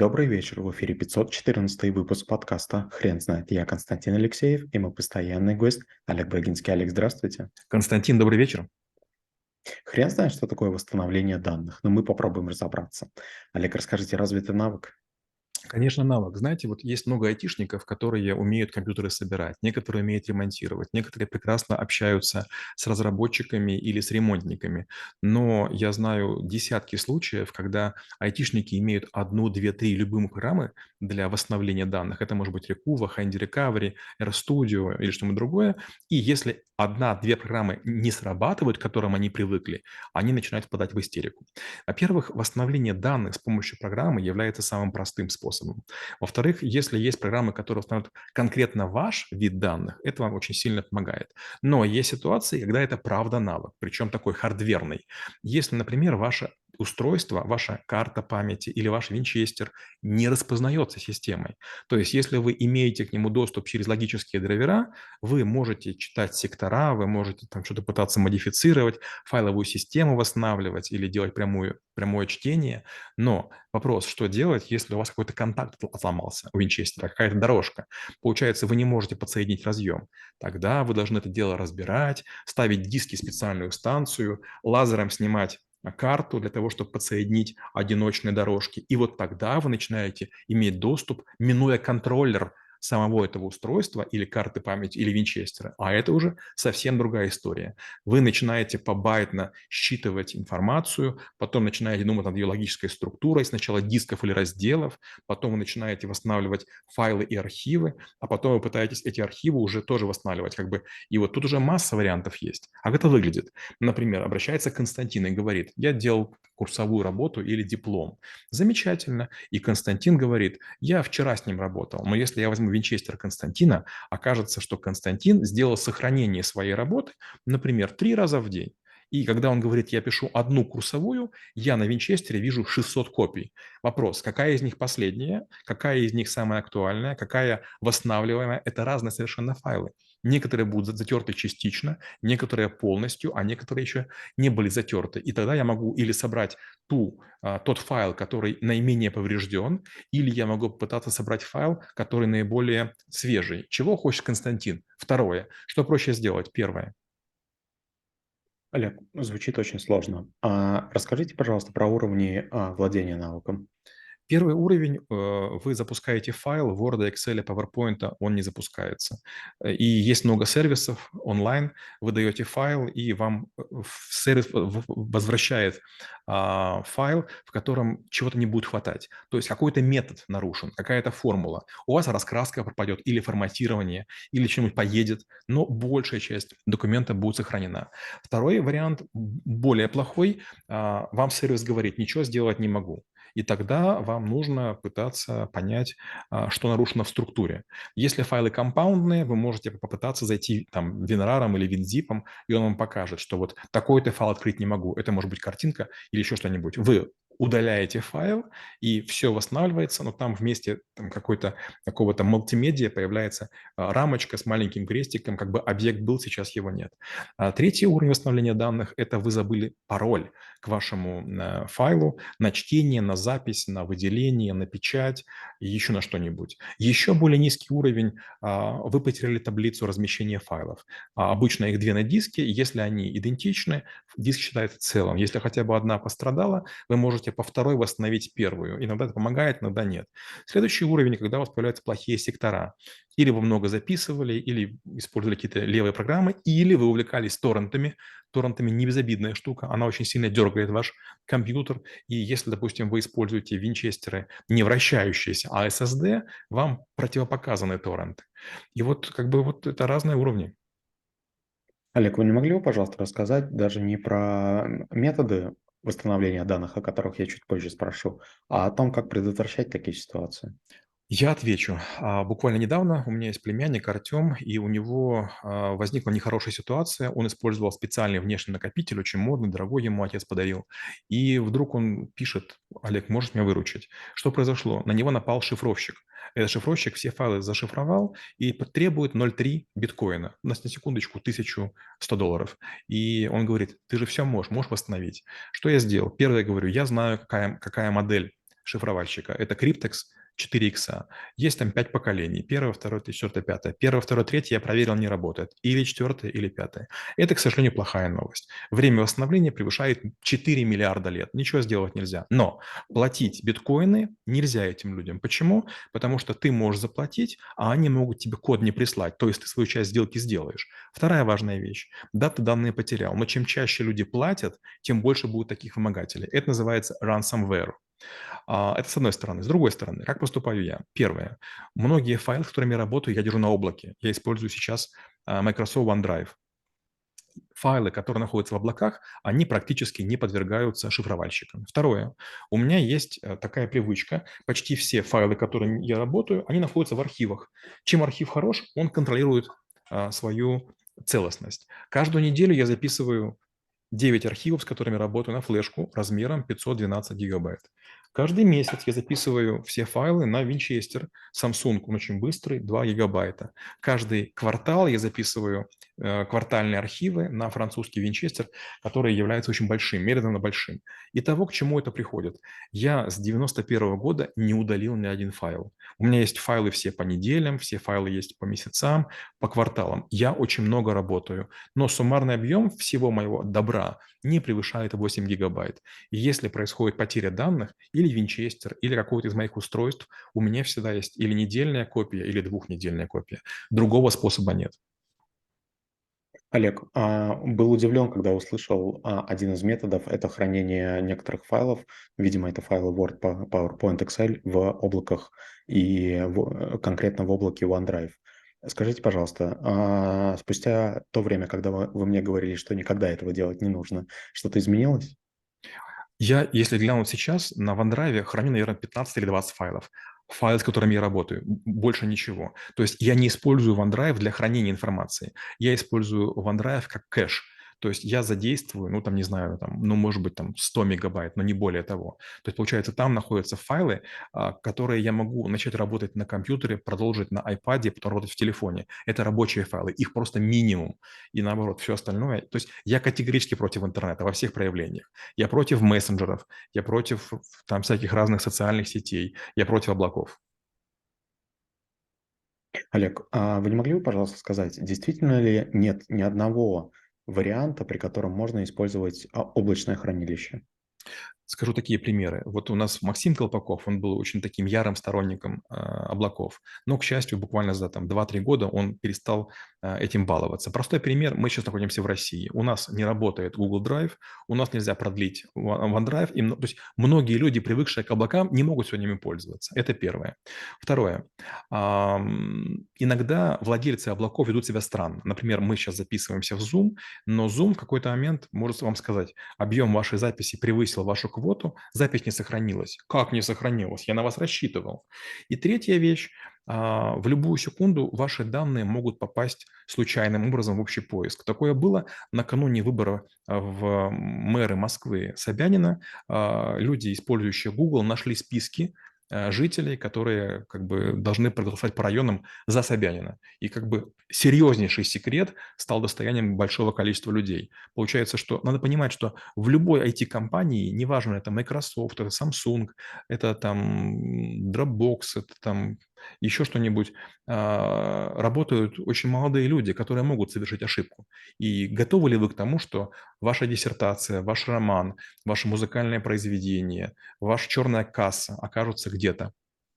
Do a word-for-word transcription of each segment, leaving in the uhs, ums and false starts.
Добрый вечер. В эфире пятьсот четырнадцатый выпуск подкаста «Хрен знает». Я Константин Алексеев и мой постоянный гость Олег Брагинский. Олег, здравствуйте. Константин, добрый вечер. Хрен знает, что такое восстановление данных, но мы попробуем разобраться. Олег, расскажите, разве это навык? Конечно, навык. Знаете, вот есть много айтишников, которые умеют компьютеры собирать, некоторые умеют ремонтировать, некоторые прекрасно общаются с разработчиками или с ремонтниками. Но я знаю десятки случаев, когда айтишники имеют одну, две, три любые программы для восстановления данных. Это может быть Recuva, Handy Recovery, RStudio или что-нибудь другое. И если одна-две программы не срабатывают, к которым они привыкли, они начинают впадать в истерику. Во-первых, восстановление данных с помощью программы является самым простым способом. Во-вторых, если есть программы, которые устанавливают конкретно ваш вид данных, это вам очень сильно помогает. Но есть ситуации, когда это правда навык, причем такой хардверный. Если, например, ваше устройство, ваша карта памяти или ваш винчестер не распознается системой. То есть, если вы имеете к нему доступ через логические драйвера, вы можете читать сектора, вы можете там что-то пытаться модифицировать, файловую систему восстанавливать или делать прямую, прямое чтение. Но вопрос, что делать, если у вас какой-то контакт отломался у винчестера, какая-то дорожка. Получается, вы не можете подсоединить разъем. Тогда вы должны это дело разбирать, ставить диски в специальную станцию, лазером снимать карту для того, чтобы подсоединить одиночные дорожки. И вот тогда вы начинаете иметь доступ, минуя контроллер самого этого устройства или карты памяти, или винчестера. А это уже совсем другая история. Вы начинаете побайтно считывать информацию, потом начинаете думать над ее логической структурой, сначала дисков или разделов, потом вы начинаете восстанавливать файлы и архивы, а потом вы пытаетесь эти архивы уже тоже восстанавливать. Как бы. И вот тут уже масса вариантов есть. А как это выглядит? Например, обращается Константин и говорит, я делал курсовую работу или диплом. Замечательно. И Константин говорит, я вчера с ним работал, но если я возьму винчестер Константина, окажется, что Константин сделал сохранение своей работы, например, три раза в день. И когда он говорит, я пишу одну курсовую, я на винчестере вижу шестьсот копий. Вопрос, какая из них последняя, какая из них самая актуальная, какая восстанавливаемая, это разные совершенно файлы. Некоторые будут затерты частично, некоторые полностью, а некоторые еще не были затерты. И тогда я могу или собрать ту, а, тот файл, который наименее поврежден, или я могу попытаться собрать файл, который наиболее свежий. Чего хочет Константин? Второе. Что проще сделать? Первое. Олег, звучит очень сложно. А расскажите, пожалуйста, про уровни а, владения навыком. Первый уровень, э, вы запускаете файл Word, Excel, PowerPoint, он не запускается. Э, И есть много сервисов онлайн, вы даете файл, и вам э, в сервис в- в- возвращает а, файл, в котором чего-то не будет хватать. То есть какой-то метод нарушен, какая-то формула. У вас раскраска пропадет, или форматирование, или что-нибудь поедет, но большая часть документа будет сохранена. Второй вариант, м, более плохой, а, вам сервис говорит, ничего сделать не могу. И тогда вам нужно пытаться понять, а, что нарушено в структуре. Если файлы компаундные, вы можете попытаться зайти там WinRAR или WinZip, и он вам покажет, что вот такой-то файл открыть не могу. Это может быть картинка или еще что-нибудь. Вы удаляете файл, и все восстанавливается, но там вместе там, какой-то какого-то мультимедиа появляется а, рамочка с маленьким крестиком, как бы объект был, сейчас его нет. А третий уровень восстановления данных – это вы забыли пароль к вашему э, файлу, на чтение, на запись, на выделение, на печать и еще на что-нибудь. Еще более низкий уровень, а, вы потеряли таблицу размещения файлов. А, Обычно их две на диске, если они идентичны, диск считается целым. Если хотя бы одна пострадала, вы можете по второй восстановить первую. Иногда это помогает, иногда нет. Следующий уровень, когда у вас появляются плохие сектора. Или вы много записывали, или использовали какие-то левые программы, или вы увлекались торрентами. Торрентами не безобидная штука, она очень сильно дергает ваш компьютер, и если, допустим, вы используете винчестеры не вращающиеся, а эс эс ди, вам противопоказаны торренты. И вот как бы вот это разные уровни. Олег, вы не могли бы, пожалуйста, рассказать даже не про м, методы восстановления данных, о которых я чуть позже спрошу, а о том, как предотвращать такие ситуации? Я отвечу. А, Буквально недавно у меня есть племянник Артем, и у него а, возникла нехорошая ситуация. Он использовал специальный внешний накопитель, очень модный, дорогой, ему отец подарил. И вдруг он пишет: Олег, можешь меня выручить? Что произошло? На него напал шифровщик. Этот шифровщик все файлы зашифровал и требует ноль целых три десятых биткоина. У нас на секундочку тысяча сто долларов. И он говорит, ты же все можешь, можешь восстановить. Что я сделал? Первое, говорю, я знаю, какая, какая модель шифровальщика. Это Cryptex четыре икса. Есть там пять поколений. Первое, второе, третье, четвертое, пятое. Первое, второе, третье я проверил, не работает. Или четвертое, или пятое. Это, к сожалению, плохая новость. Время восстановления превышает четыре миллиарда лет. Ничего сделать нельзя. Но платить биткоины нельзя этим людям. Почему? Потому что ты можешь заплатить, а они могут тебе код не прислать. То есть ты свою часть сделки сделаешь. Вторая важная вещь. Да, ты данные потерял. Но чем чаще люди платят, тем больше будет таких вымогателей. Это называется ransomware. А, Это с одной стороны. С другой стороны, как поступаю я? Первое. Многие файлы, с которыми я работаю, я держу на облаке. Я использую сейчас а, Microsoft OneDrive. Файлы, которые находятся в облаках, они практически не подвергаются шифровальщикам. Второе. У меня есть э, такая привычка. Почти все файлы, которыми я работаю, они находятся в архивах. Чем архив хорош, он контролирует а, свою целостность. Каждую неделю я записываю девять архивов, с которыми работаю на флешку размером пятьсот двенадцать гигабайт. Каждый месяц я записываю все файлы на винчестер. Samsung, он очень быстрый, два гигабайта. Каждый квартал я записываю э, квартальные архивы на французский винчестер, которые являются очень большим, медленно большим. Итого, к чему это приходит? Я с девяносто первого года не удалил ни один файл. У меня есть файлы все по неделям, все файлы есть по месяцам, по кварталам. Я очень много работаю, но суммарный объем всего моего добра не превышает восемь гигабайт. И если происходит потеря данных, или винчестер, или какое-то из моих устройств, у меня всегда есть или недельная копия, или двухнедельная копия. Другого способа нет. Олег, а, был удивлен, когда услышал а, один из методов — это хранение некоторых файлов, видимо, это файлы Word, Pow- PowerPoint, Excel в облаках и в- конкретно в облаке OneDrive. Скажите, пожалуйста, а, спустя то время, когда вы, вы мне говорили, что никогда этого делать не нужно, что-то изменилось? Я, если глянуть сейчас, на OneDrive храню, наверное, пятнадцать или двадцать файлов. Файлы, с которыми я работаю, больше ничего. То есть я не использую OneDrive для хранения информации. Я использую OneDrive как кэш. То есть я задействую, ну, там, не знаю, там, ну, может быть, там, сто мегабайт, но не более того. То есть, получается, там находятся файлы, а, которые я могу начать работать на компьютере, продолжить на iPad, потом работать в телефоне. Это рабочие файлы, их просто минимум. И наоборот, все остальное. То есть я категорически против интернета во всех проявлениях. Я против мессенджеров, я против там всяких разных социальных сетей, я против облаков. Олег, а вы не могли бы, пожалуйста, сказать, действительно ли нет ни одного варианта, при котором можно использовать а, облачное хранилище? Скажу такие примеры. Вот у нас Максим Колпаков, он был очень таким ярым сторонником э, облаков, но, к счастью, буквально за там, два-три года он перестал э, этим баловаться. Простой пример. Мы сейчас находимся в России. У нас не работает Google Drive, у нас нельзя продлить One- OneDrive. И, мно- то есть многие люди, привыкшие к облакам, не могут сегодня ими пользоваться. Это первое. Второе. Ам, иногда владельцы облаков ведут себя странно. Например, мы сейчас записываемся в Zoom, но Zoom в какой-то момент может вам сказать: объем вашей записи превысил вашу квоту, запись не сохранилась. Как не сохранилась? Я на вас рассчитывал. И третья вещь. а, В любую секунду ваши данные могут попасть случайным образом в общий поиск. Такое было накануне выбора а, в мэры Москвы Собянина. А, Люди, использующие Google, нашли списки а, жителей, которые как бы должны проголосовать по районам за Собянина. И как бы серьезнейший секрет стал достоянием большого количества людей. Получается, что надо понимать, что в любой ай ти-компании, неважно, это Microsoft, это Samsung, это там Dropbox, это там еще что-нибудь, а, работают очень молодые люди, которые могут совершить ошибку. И готовы ли вы к тому, что ваша диссертация, ваш роман, ваше музыкальное произведение, ваша черная касса окажутся где-то?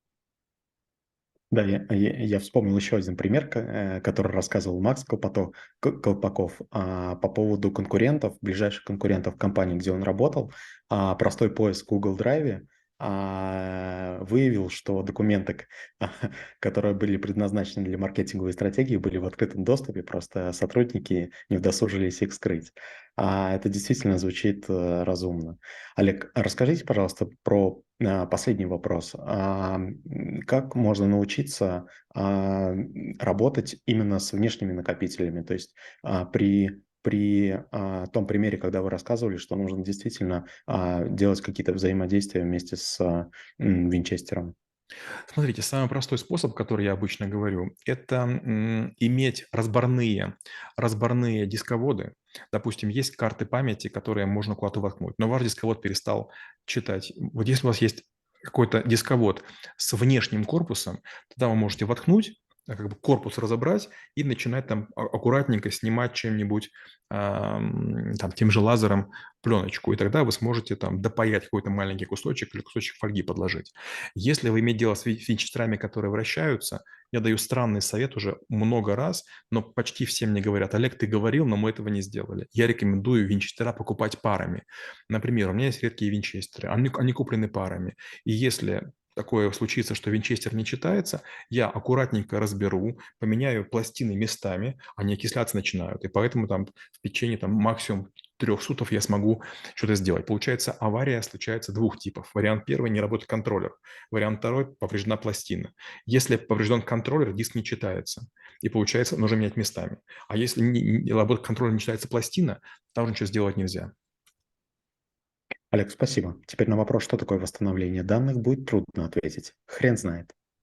Да, я, я- я вспомнил еще один пример, ко- э, который рассказывал Макс Колпато- К- Колпаков, а, по поводу конкурентов, ближайших конкурентов компании, где он работал. А, Простой поиск в Google Drive а, выявил, что документы, к- которые были предназначены для маркетинговой стратегии, были в открытом доступе, просто сотрудники не удосужились их скрыть. А, Это действительно звучит э, разумно. Олег, а расскажите, пожалуйста, про а, последний вопрос. А, м, Как можно научиться а, м, работать именно с внешними накопителями? То есть а, при, при а, том примере, когда вы рассказывали, что нужно действительно а, делать какие-то взаимодействия вместе с а, м, винчестером. Смотрите, самый простой способ, который я обычно говорю, это м, иметь разборные, разборные дисководы. Допустим, есть карты памяти, которые можно куда-то воткнуть, но ваш дисковод перестал читать. Вот если у вас есть какой-то дисковод с внешним корпусом, тогда вы можете воткнуть, а, как бы корпус разобрать и начинать там а- аккуратненько снимать чем-нибудь, ам, там, тем же лазером пленочку, и тогда вы сможете там допаять какой-то маленький кусочек или кусочек фольги подложить. Если вы имеете дело с ви- винчестерами, которые вращаются, я даю странный совет уже много раз, но почти все мне говорят: Олег, ты говорил, но мы этого не сделали. Я рекомендую винчестера покупать парами. Например, у меня есть редкие винчестеры, они, они куплены парами. И если такое случится, что винчестер не читается, я аккуратненько разберу, поменяю пластины местами, они окисляться начинают. И поэтому там в течение там, максимум трех суток я смогу что-то сделать. Получается, авария случается двух типов. Вариант первый – не работает контроллер. Вариант второй – повреждена пластина. Если поврежден контроллер, диск не читается. И получается, нужно менять местами. А если не, не работает контроллер, не читается пластина, там уже ничего сделать нельзя. Олег, спасибо. Теперь на вопрос, что такое восстановление данных, будет трудно ответить. Хрен знает.